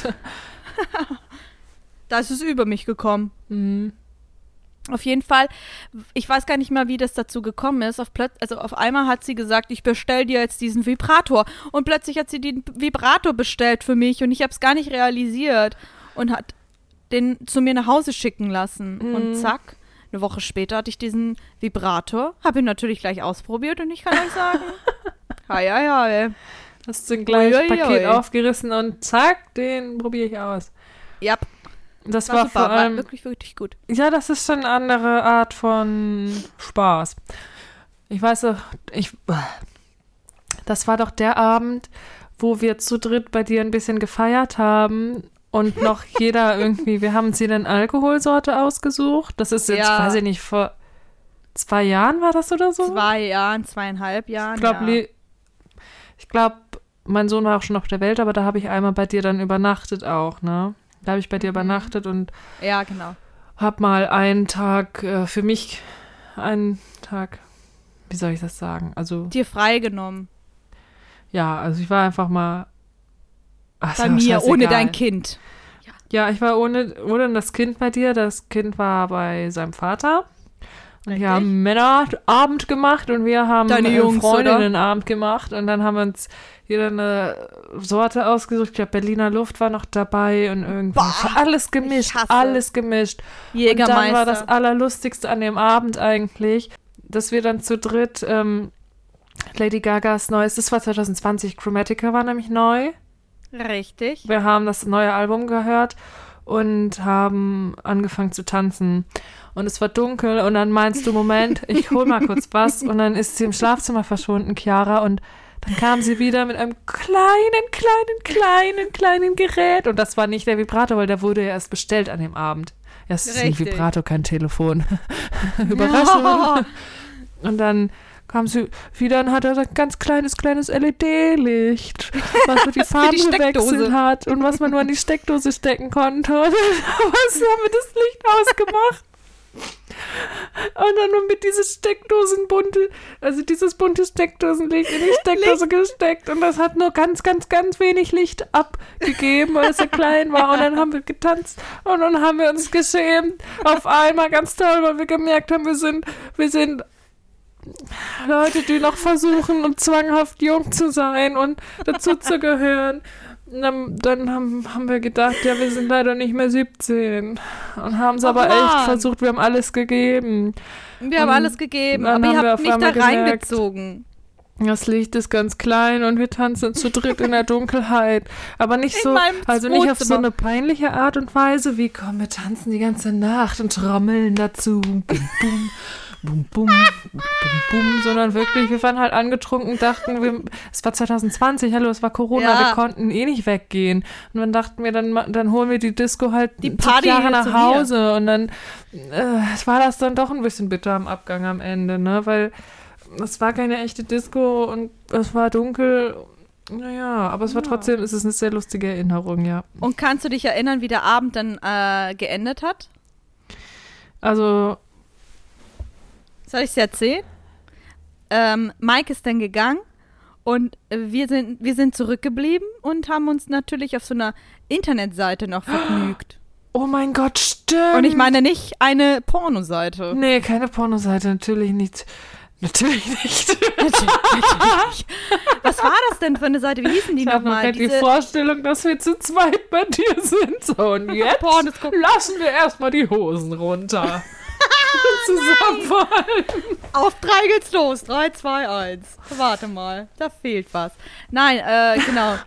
Da ist es über mich gekommen. Mhm. Auf jeden Fall, ich weiß gar nicht mal, wie das dazu gekommen ist. Auf plöt- also auf einmal hat sie gesagt, ich bestell dir jetzt diesen Vibrator. Und plötzlich hat sie den Vibrator bestellt für mich und ich habe es gar nicht realisiert. Und hat den zu mir nach Hause schicken lassen. Mhm. Und zack, eine Woche später hatte ich diesen Vibrator. Habe ihn natürlich gleich ausprobiert und ich kann euch sagen, hei, hei, hei. Hast du ein gleiches Ui, ui, Paket ui. aufgerissen und zack, den probiere ich aus. Ja, Das war, war, super, vor allem, war wirklich, wirklich gut. ja, das ist schon eine andere Art von Spaß. Ich weiß doch, ich, das war doch der Abend, wo wir zu dritt bei dir ein bisschen gefeiert haben und noch jeder irgendwie, wir haben uns jeder eine Alkoholsorte ausgesucht. Das ist jetzt, Ja. weiß ich nicht, vor zwei Jahren war das oder so? Zwei Jahren, zweieinhalb Jahren, Ich glaube, ja. ich glaube, mein Sohn war auch schon auf der Welt, aber da habe ich einmal bei dir dann übernachtet auch, ne? Da habe ich bei dir Mhm. übernachtet und Ja, genau. habe mal einen Tag äh, für mich, einen Tag, wie soll ich das sagen? Also, Dir freigenommen. ja, also ich war einfach mal ach, ist Bei ja auch mir, ohne scheißegal. dein Kind. Ja, ich war ohne, ohne das Kind bei dir. Das Kind war bei seinem Vater. Und Richtig. wir haben Männerabend gemacht und wir haben Deine äh, Jungs, Freundinnenabend gemacht. Und dann haben wir uns jeder eine Sorte ausgesucht. Ich glaube, Berliner Luft war noch dabei und irgendwas. Boah, Alles gemischt, ich hasse. alles gemischt. Und Jägermeister. dann war das Allerlustigste an dem Abend eigentlich, dass wir dann zu dritt ähm, Lady Gagas neues, das war zwanzig zwanzig, Chromatica war nämlich neu. Richtig. Wir haben das neue Album gehört und haben angefangen zu tanzen. Und es war dunkel und dann meinst du, Moment, ich hol mal kurz was. Und dann ist sie im Schlafzimmer verschwunden, Chiara. Und dann kam sie wieder mit einem kleinen, kleinen, kleinen, kleinen Gerät. Und das war nicht der Vibrator, weil der wurde ja erst bestellt an dem Abend. Erst ist ein Richtig. Vibrator, kein Telefon. Überraschung. Und dann kam sie wieder und hatte ein ganz kleines, kleines L E D-Licht, was so die Das für Farben die gewechselt Steckdose. hat und was man nur an die Steckdose stecken konnte. Und dann haben wir das Licht ausgemacht. Und dann nur mit dieses Steckdosen bunte, also dieses bunte Steckdosenlicht in die Steckdose gesteckt und das hat nur ganz, ganz, ganz wenig Licht abgegeben, weil es so klein war und dann haben wir getanzt und dann haben wir uns geschämt. Auf einmal ganz toll, weil wir gemerkt haben, wir sind, wir sind Leute, die noch versuchen und zwanghaft jung zu sein und dazu zu gehören. Und dann, dann haben, haben wir gedacht, ja, wir sind leider nicht mehr siebzehn. Und haben es Oh aber Mann. echt versucht, wir haben alles gegeben. Wir haben Und alles gegeben, dann aber ihr haben wir habt auf mich da einmal gemerkt, reingezogen. Das Licht ist ganz klein und wir tanzen zu dritt in der Dunkelheit. Aber nicht In so, meinem also nicht auf so Wohnzimmer. eine peinliche Art und Weise, wie komm, wir tanzen die ganze Nacht und trommeln dazu. Bum, bum. Bum, bum, bum, bum, sondern wirklich, wir waren halt angetrunken, dachten wir, es war zwanzig zwanzig, hallo, es war Corona, Ja. wir konnten eh nicht weggehen. Und dann dachten wir, dann, ma- dann holen wir die Disco halt Die zu Party Chiara hier nach zu Hause. Und dann äh, war das dann doch ein bisschen bitter am Abgang am Ende, ne, weil es war keine echte Disco und es war dunkel. Naja, aber es war Ja. trotzdem, es ist eine sehr lustige Erinnerung, ja. Und kannst du dich erinnern, wie der Abend dann äh, geendet hat? Also, Soll ich es erzählen? Ähm, Mike ist dann gegangen und äh, wir sind, wir sind zurückgeblieben und haben uns natürlich auf so einer Internetseite noch vergnügt. oh mein Gott, stimmt. Und ich meine nicht eine Pornoseite. Nee, keine Pornoseite, natürlich nicht. Natürlich nicht. Natürlich, natürlich nicht. Was war das denn für eine Seite? Wie hießen die Ich habe noch nochmal? gerade die Vorstellung, dass wir zu zweit bei dir sind. So, und jetzt Pornos gucken. lassen wir erstmal die Hosen runter. Zusammenfallen. Auf drei geht's los. Drei, zwei, eins. Warte mal, da fehlt was. Nein, äh, genau.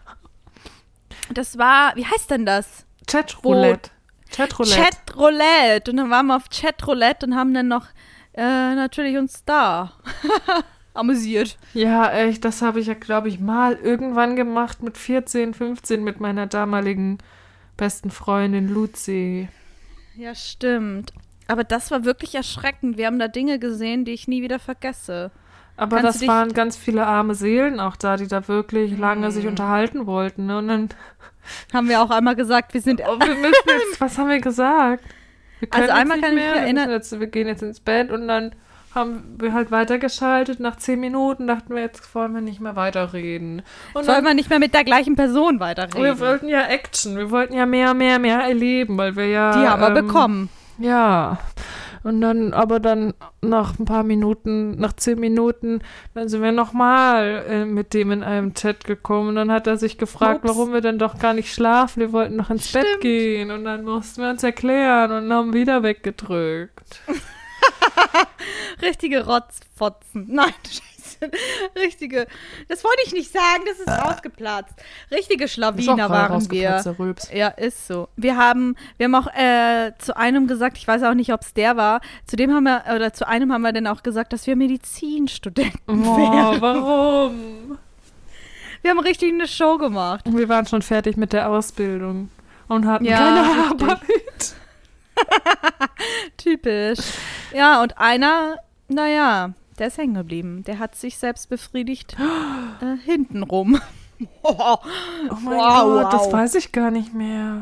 Das war, wie heißt denn das? Chatroulette. Chatroulette. Chatroulette. Und dann waren wir auf Chatroulette und haben dann noch äh, natürlich uns da amüsiert. Ja, echt, das habe ich ja, glaube ich, mal irgendwann gemacht mit vierzehn, fünfzehn mit meiner damaligen besten Freundin Luzi. Ja, stimmt. Aber das war wirklich erschreckend. Wir haben da Dinge gesehen, die ich nie wieder vergesse. Aber Kannst das du dich- waren ganz viele arme Seelen auch da, die da wirklich lange sich unterhalten wollten. Ne? Und dann, Haben wir auch einmal gesagt, wir sind... oh, wir müssen jetzt, was haben wir gesagt? Wir können Also jetzt einmal nicht kann ich mich mehr, wir erinnern- müssen Jetzt, wir gehen jetzt ins Bett und dann haben wir halt weitergeschaltet. Nach zehn Minuten dachten wir, jetzt wollen wir nicht mehr weiterreden. Und Sollen dann, wir nicht mehr mit der gleichen Person weiterreden? wir wollten ja Action, wir wollten ja mehr, mehr, mehr erleben, weil wir ja... Die haben wir ähm, bekommen. Ja, und dann, aber dann nach ein paar Minuten, nach zehn Minuten, dann sind wir nochmal äh, mit dem in einem Chat gekommen und dann hat er sich gefragt, Ups. warum wir denn doch gar nicht schlafen, wir wollten noch ins Bett Stimmt. gehen und dann mussten wir uns erklären und haben wieder weggedrückt. Richtige Rotzfotzen. Nein, scheiße. Richtige, das wollte ich nicht sagen, das ist rausgeplatzt. Richtige Schlawiner waren wir. Rülps. Ja, ist so. Wir haben, wir haben auch äh, zu einem gesagt, ich weiß auch nicht, ob es der war, zu dem haben wir, oder zu einem haben wir dann auch gesagt, dass wir Medizinstudenten Oh, wären. warum? Wir haben richtig eine Show gemacht. Und wir waren schon fertig mit der Ausbildung und hatten Ja, keine richtig. Arbeit. Typisch. Ja, und einer, naja, der ist hängen geblieben. Der hat sich selbst befriedigt äh, hintenrum. Oh mein Wow, Gott, das wow. weiß ich gar nicht mehr.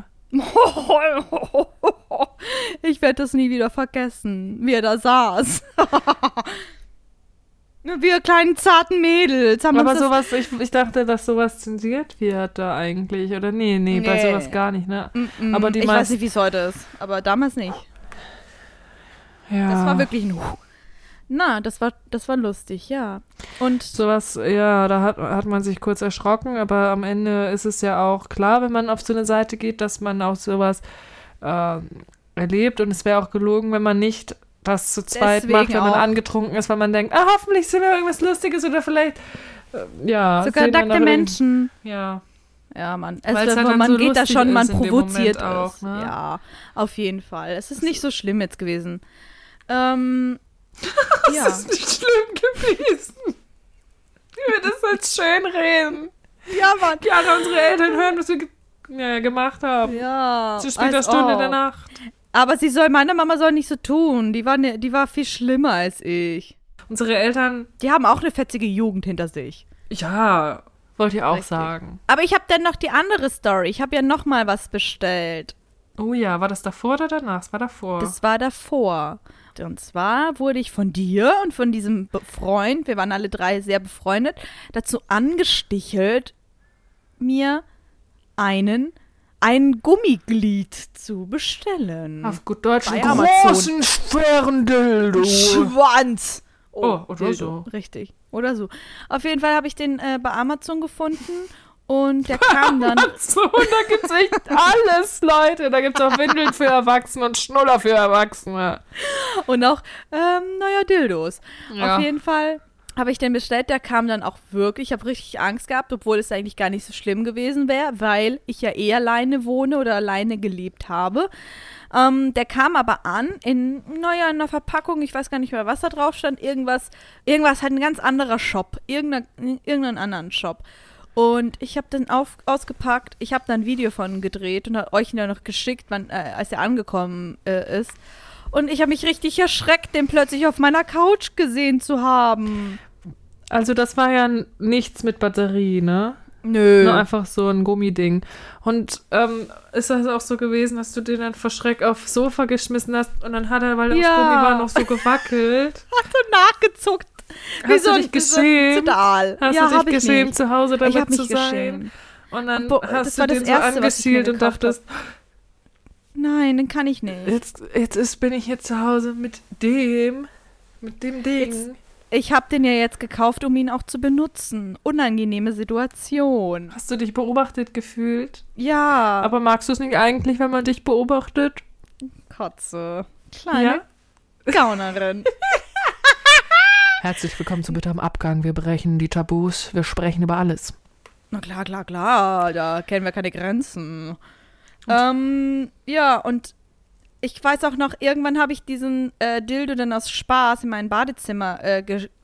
Ich werde das nie wieder vergessen, wie er da saß. Wir kleinen zarten Mädels haben Aber uns das... sowas, ich, ich dachte, dass sowas zensiert wird da eigentlich. Oder nee, nee, bei Nee. sowas gar nicht, ne? Mm-mm. aber die ich meisten- weiß nicht, wie es heute ist, aber damals nicht. Ja. Das war wirklich ein... Na, das war, das war lustig, ja. Und Sowas, ja, da hat, hat man sich kurz erschrocken, aber am Ende ist es ja auch klar, wenn man auf so eine Seite geht, dass man auch sowas äh, erlebt. Und es wäre auch gelogen, wenn man nicht das zu zweit Deswegen macht, wenn man auch. angetrunken ist, weil man denkt, ah, hoffentlich sind wir irgendwas Lustiges oder vielleicht, äh, ja. sogar sehen dann nackte aber Menschen. irgend- Ja. Ja, man, Weil's also, halt dann man so geht da lustig schon, man ist in dem provoziert Moment auch, es. ne? Ja, auf jeden Fall. Es ist nicht so schlimm jetzt gewesen. Ähm, ja. Das ist nicht schlimm gewesen. Wie wir das jetzt schön reden. Ja, Mann. Ja, unsere Eltern hören, was wir ge ja, gemacht haben. Ja. Zu später als Stunde ob. der Nacht. Aber sie soll, meine Mama soll nicht so tun. Die war, ne, die war viel schlimmer als ich. Unsere Eltern, Die haben auch eine fetzige Jugend hinter sich. ja, wollte ich auch Richtig. sagen. Aber ich habe dann noch die andere Story. Ich habe ja noch mal was bestellt. Oh ja, war das davor oder danach? Es war davor. Das war davor. Und zwar wurde ich von dir und von diesem Be- Freund, wir waren alle drei sehr befreundet, dazu angestichelt, mir einen, ein Gummiglied zu bestellen. Auf gut Deutsch, Bei einen Amazon. großen, schweren Dildo. Schwanz. Oh, oder Dildo. so. Richtig. Oder so. Auf jeden Fall habe ich den äh, bei Amazon gefunden und der kam dann. So, und da gibt's echt alles, Leute. Da gibt's auch Windeln für Erwachsene und Schnuller für Erwachsene. Und auch, ähm, naja, Dildos. Ja. Auf jeden Fall habe ich den bestellt. Der kam dann auch wirklich. Ich habe richtig Angst gehabt, obwohl es eigentlich gar nicht so schlimm gewesen wäre, weil ich ja eh alleine wohne oder alleine gelebt habe. Ähm, der kam aber an in, naja, in einer Verpackung. Ich weiß gar nicht mehr, was da drauf stand. Irgendwas, irgendwas halt ein ganz anderer Shop. Irgendein, irgendeinen anderen Shop. Und ich habe den auf, ausgepackt. Ich habe da ein Video von gedreht und habe euch ihn dann noch geschickt, wann, äh, als er angekommen äh, ist. Und ich habe mich richtig erschreckt, den plötzlich auf meiner Couch gesehen zu haben. Also das war ja n- nichts mit Batterie, ne? Nö. Nur einfach so ein Gummiding. Und ähm, ist das auch so gewesen, dass du den dann vor Schreck aufs Sofa geschmissen hast und dann hat er, weil er Ja. aus Gummi war, noch so gewackelt? Hat so nachgezuckt. Hast du ein- dich wie so ein geschämt? Zidal. Hast ja, du hab dich ich geschämt, nicht. zu Hause damit Ich habe zu mich sein? geschämt. Und dann Bo- das hast war du das den so Erste, was ich mir angeschielt und gekauft dachtest, Nein, den kann ich nicht. jetzt, jetzt ist, bin ich hier zu Hause mit dem, mit dem Ding. Jetzt- Ich habe den ja jetzt gekauft, um ihn auch zu benutzen. Unangenehme Situation. Hast du dich beobachtet gefühlt? Ja. Aber magst du es nicht eigentlich, wenn man dich beobachtet? Kotze. Kleine Gaunerin. Herzlich willkommen zu Bitte am Abgang. Wir brechen die Tabus, wir sprechen über alles. Na klar, klar, klar. Da kennen wir keine Grenzen. Ähm, ja, und ich weiß auch noch, irgendwann habe ich diesen äh, Dildo dann aus Spaß in mein Badezimmer äh, ge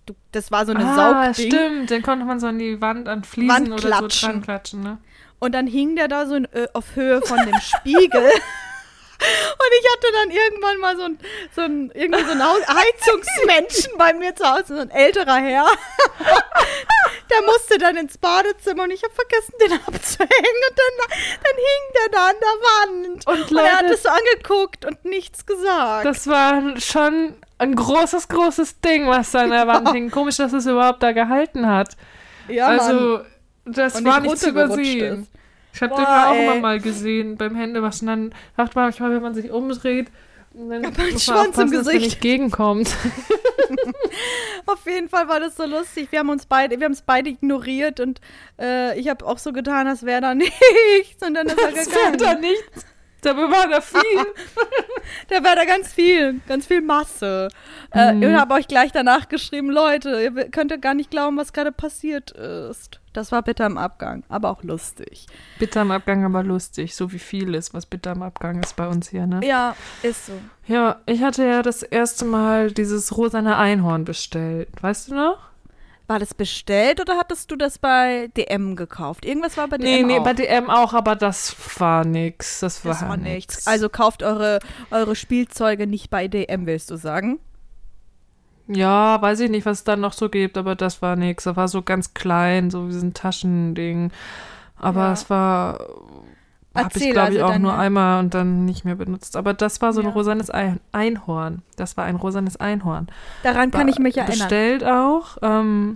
du, das war so eine ah, Saugding. stimmt, den konnte man so an die Wand, an Fliesen Wand oder klatschen. so dran klatschen, ne? Und dann hing der da so in, äh, auf Höhe von dem Spiegel. Und ich hatte dann irgendwann mal so ein, so ein, irgendwie so einen Heizungsmenschen bei mir zu Hause, so ein älterer Herr. Der musste dann ins Badezimmer und ich habe vergessen, den abzuhängen. Und dann, dann hing der da an der Wand. Und, und Leute, er hat es so angeguckt und nichts gesagt. Das war schon ein großes, großes Ding, was da an der Wand hing. Komisch, dass es überhaupt da gehalten hat. Ja, also, Mann. das Und war nicht nicht zu runtergerutscht übersehen. ist. Ich habe Boah, den ja auch ey. immer mal gesehen beim Händewaschen. Dann dachte man manchmal, wenn man sich umdreht, dann Aber ein muss man Schwanz im aufpassen, dass der Gesicht. nicht gegenkommt. Auf jeden Fall war das so lustig. Wir haben uns beide, wir haben es beide ignoriert und äh, ich habe auch so getan, als wäre da nichts. Und dann ist er Das wäre gegangen. da nichts. Dabei war da viel. Da war da ganz viel, ganz viel Masse. Äh, Mhm. Ich habe euch gleich danach geschrieben, Leute, ihr könnt ja gar nicht glauben, was gerade passiert ist. Das war bitter im Abgang, aber auch lustig. Bitter im Abgang, aber lustig. So wie vieles, was bitter im Abgang ist bei uns hier, ne? Ja, ist so. Ja, ich hatte ja das erste Mal dieses rosane Einhorn bestellt. Weißt du noch? War das bestellt oder hattest du das bei D M gekauft? Irgendwas war bei D Nee, M nee, auch. bei D M auch, aber das war nix. Das war, Das war nix. nichts. Also kauft eure, eure Spielzeuge nicht bei D M, willst du sagen? Ja, weiß ich nicht, was es dann noch so gibt, aber das war nix. Das war so ganz klein, so wie so ein Taschending. Aber Ja. es war, habe ich, Erzähl, glaube ich, also auch deine- nur einmal und dann nicht mehr benutzt. Aber das war so ein Ja. rosanes Ein- Einhorn. Das war ein rosanes Einhorn. Daran kann ich mich erinnern. Bestellt auch, ähm,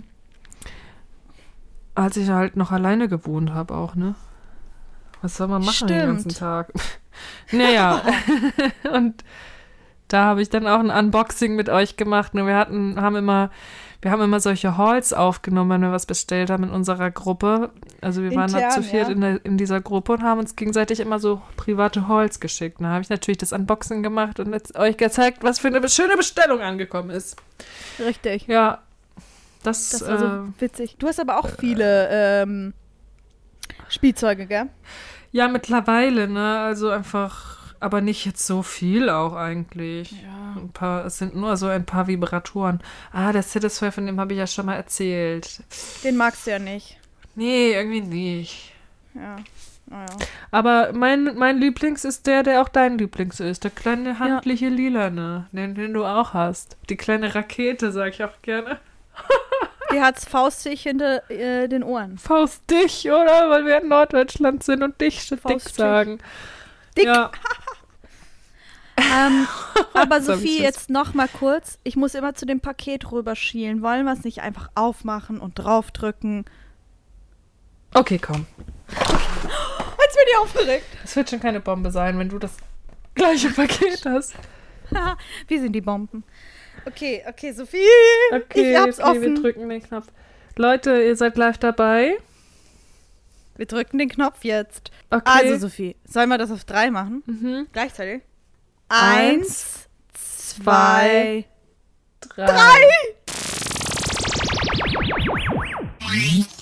als ich halt noch alleine gewohnt habe auch, ne? Was soll man machen den ganzen Stimmt. Tag? Naja, und da habe ich dann auch ein Unboxing mit euch gemacht. Ne? Wir hatten, haben immer, wir haben immer solche Hauls aufgenommen, wenn wir was bestellt haben in unserer Gruppe. Also wir waren da Intern, zu viert ja. in, der, in dieser Gruppe und haben uns gegenseitig immer so private Hauls geschickt. Da habe ich natürlich das Unboxing gemacht und jetzt euch gezeigt, was für eine schöne Bestellung angekommen ist. Richtig. Ja, das, Das war so äh, witzig. Du hast aber auch viele ähm, Spielzeuge, gell? ja, mittlerweile, ne? Also einfach, aber nicht jetzt so viel auch eigentlich. Ja. Ein paar, es sind nur so ein paar Vibratoren. Ah, der Satisfyer, von dem habe ich ja schon mal erzählt. Den magst du ja nicht. Nee, irgendwie nicht. Ja. Naja. Aber mein, mein Lieblings ist der, der auch dein Lieblings ist. Der kleine handliche Lilane, den, den du auch hast. Die kleine Rakete, sag ich auch gerne. Die hat's faustig hinter äh, den Ohren. Faust dich, oder? Weil wir in Norddeutschland sind und dich statt dick Faust dich. sagen. Dick. Ja. Ähm, aber Jetzt hab Sophie, ich das. jetzt noch mal kurz. Ich muss immer zu dem Paket rüberschielen. Wollen wir es nicht einfach aufmachen und draufdrücken? Okay, komm. Jetzt bin ich aufgeregt. Es wird schon keine Bombe sein, wenn du das gleiche Paket hast. Wir sind die Bomben. Okay, okay, Sophie. Okay, ich hab's okay, wir offen. drücken den Knopf. Leute, ihr seid live dabei. Wir drücken den Knopf jetzt. Okay. Also, Sophie, sollen wir das auf drei machen? mhm. Gleichzeitig? Eins, zwei, drei. drei.